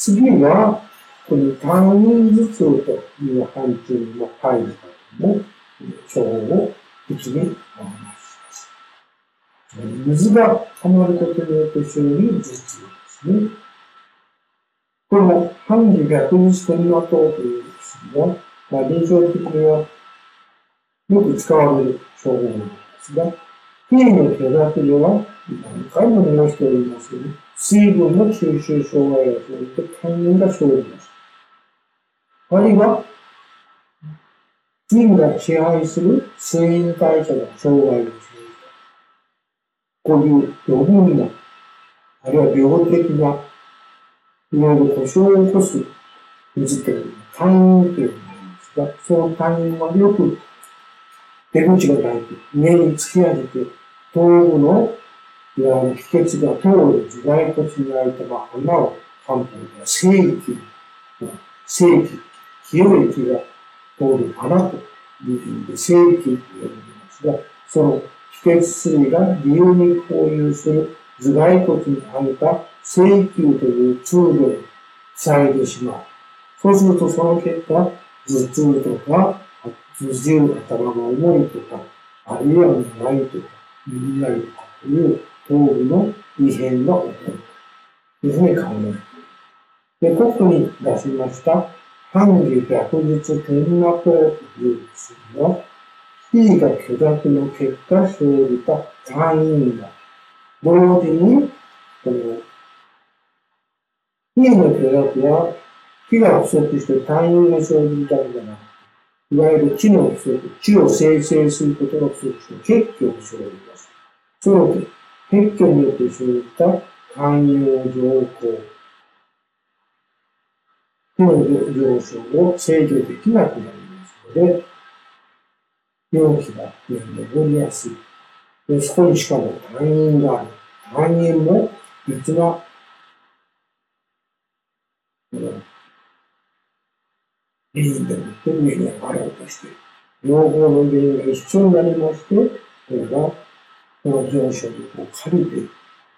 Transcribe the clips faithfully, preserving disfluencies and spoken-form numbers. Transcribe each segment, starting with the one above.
次は、この単位頭痛という範疇の入る方の症を一にお話しします。水が溜まることによって生じる頭痛ですね。この半義逆流点末糖という薬は、まあ、臨床的にはよく使われる症状なんですが、P の手だけでは何回も見ましておりますように、水分の吸収障害が生じて肝炎が生じます。あるいは、腎が支配する水銀代謝の障害が生じた。こういう余分な、あるいは病的な、いわゆる故障を起こす水というのは肝炎というのがありますが、その肝炎はよく出口がないと、上に突き上げて、頭部のいわゆる気血が通る頭蓋骨に開いた穴を漢方では精気、精気、清い気が通る穴という意味で精気と呼んでいますが、その気血水が理由に交流する頭蓋骨に開いた精気という通路を塞いでしまう。そうするとその結果、頭痛とか、頭重、頭が重いとか、あるいはめまいとか、耳鳴りとかという頭部の異変が起こるというふうに考える。で、ここに出しました、半義逆術天末糖という薬は、P が虚弱の結果生じた肝炎が、同時に、この P の虚弱は、気が不足して肝炎が生じるだけじゃなくて、いわゆる気の不足、気を生成することが不足して血虚を生じます。その血虚によって生じた肝陽上行、気の上昇を制御できなくなりますので、病気が上に上りやすい。で、そこにしかも肝炎がある。肝炎も別な、原因でもって上に上がろうとしている。両方の原因が一緒になりまして、これが、この上昇力を借りて、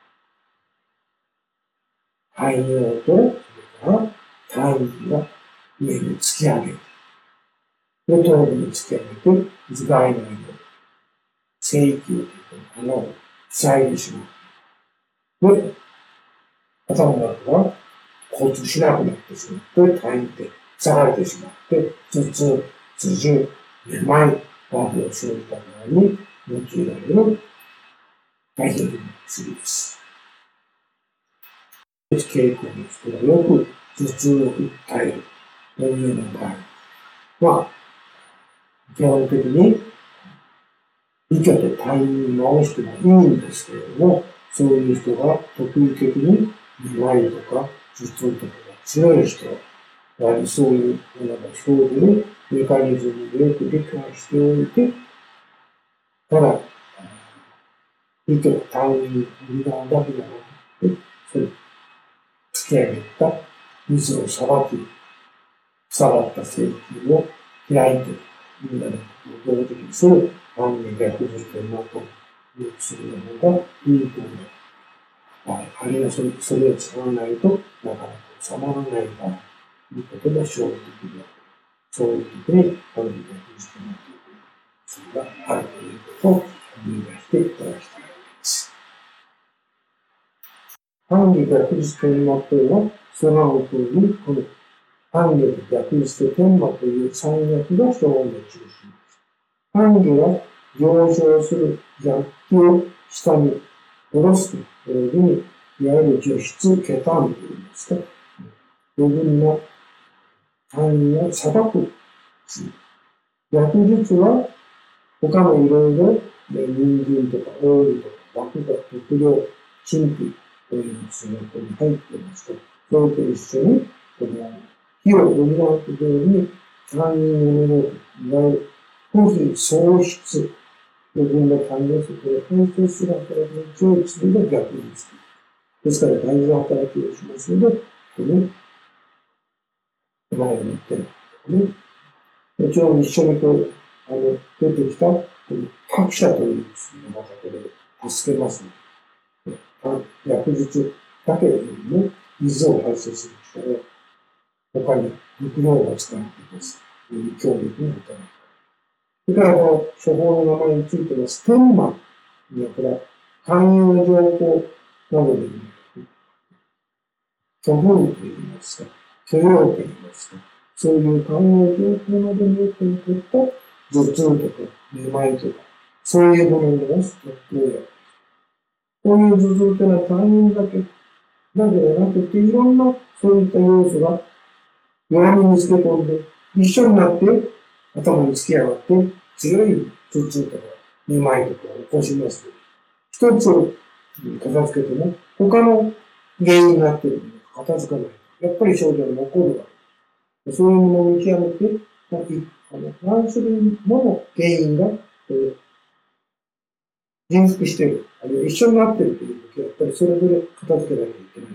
肺尿と、それから肝炎が上に突き上げる。で、頭部に突き上げて、頭蓋内の精液という穴を塞いでしまう。で、頭の中が呼吸しなくなってしまって、大変で下がれてしまって、頭痛、頭重、めまいなどを生じた場合に用いられる大変な薬です。傾向の人がよく頭痛を訴えるというような場合は、基本的に医居と退院を治してもいいんですけれども、そういう人が特異的にめまいとか頭痛とかが強い人、やはりそういうような症状のメカニズムをよく理解しておいて、ただ、医居と退院を担うだけではなくて、それ突き上げた水をさばき、塞がった精液を開いて、みんなのことを同時にする半義逆術天末糖という薬の方がいいと思います。はい。あるいはそれ、それを使わないとなかなか収まらない場合、ということが生じてくる。そういう時に半義逆術天末糖という薬があるということを理解していただきたいと思います。半義逆術天末糖は、その後にこの半義と逆術と天末という三役が生の中心です。半義は上昇する逆気を下に下ろすというふうに、いわゆる除湿ケタンというんですか、余分な単位を裁く薬。逆術は他のいろいろ人参とかオイルとか麦芽、特量、陳皮という薬がここに入っていますと、それと一緒にこの火を補うと同時に単位を補うといわゆる頭皮喪失、余分な単位をそこで放出する働きをするのが逆術。ですから大事な働きをしますので、ここに前に言ってるね。もちろん一緒にこう、あの、出てきた、この各社という薬の中で助けますので、薬術だけよりも水を排泄する力他に力量が使ってです。より強力に働く。それからこの処方の名前については、ステンマンにはこれは寛容情報などで言う。虚分と言いますか、許容と言いますか、そういう寛容情報などによって起こった頭痛とか、めまいとか、そういうものを直すとどうやる。こういう頭痛というのは単因だけ、だけでなくて、いろんなそういった要素が弱みにつけ込んで、一緒になって頭につき上がって、強い頭痛とか、めまいとかを起こします。一つを片付けても、他の原因になっているので片付かない。やっぱり症状が残るわけ。そういうものを見極めて、あの何種類もの原因が、えー、重複している。あるいは一緒になっているというときは、やっぱりそれぞれ片付けなきゃいけない。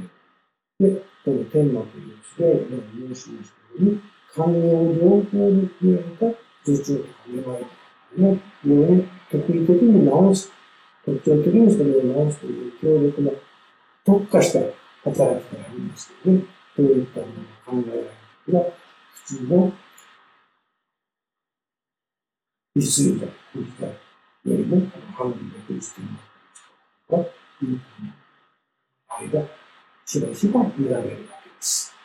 で、この天魔という詞で、今申しましたように、寛容情報に加えた頭痛とかめまいとかのように特異的に治す。特徴的にそれを治すという強力な特化した働きがありますので、そういったものを考えられるのが普通の必須だ、空気だよりも半分だけにしていますが、いう間、しばしば見られるわけです。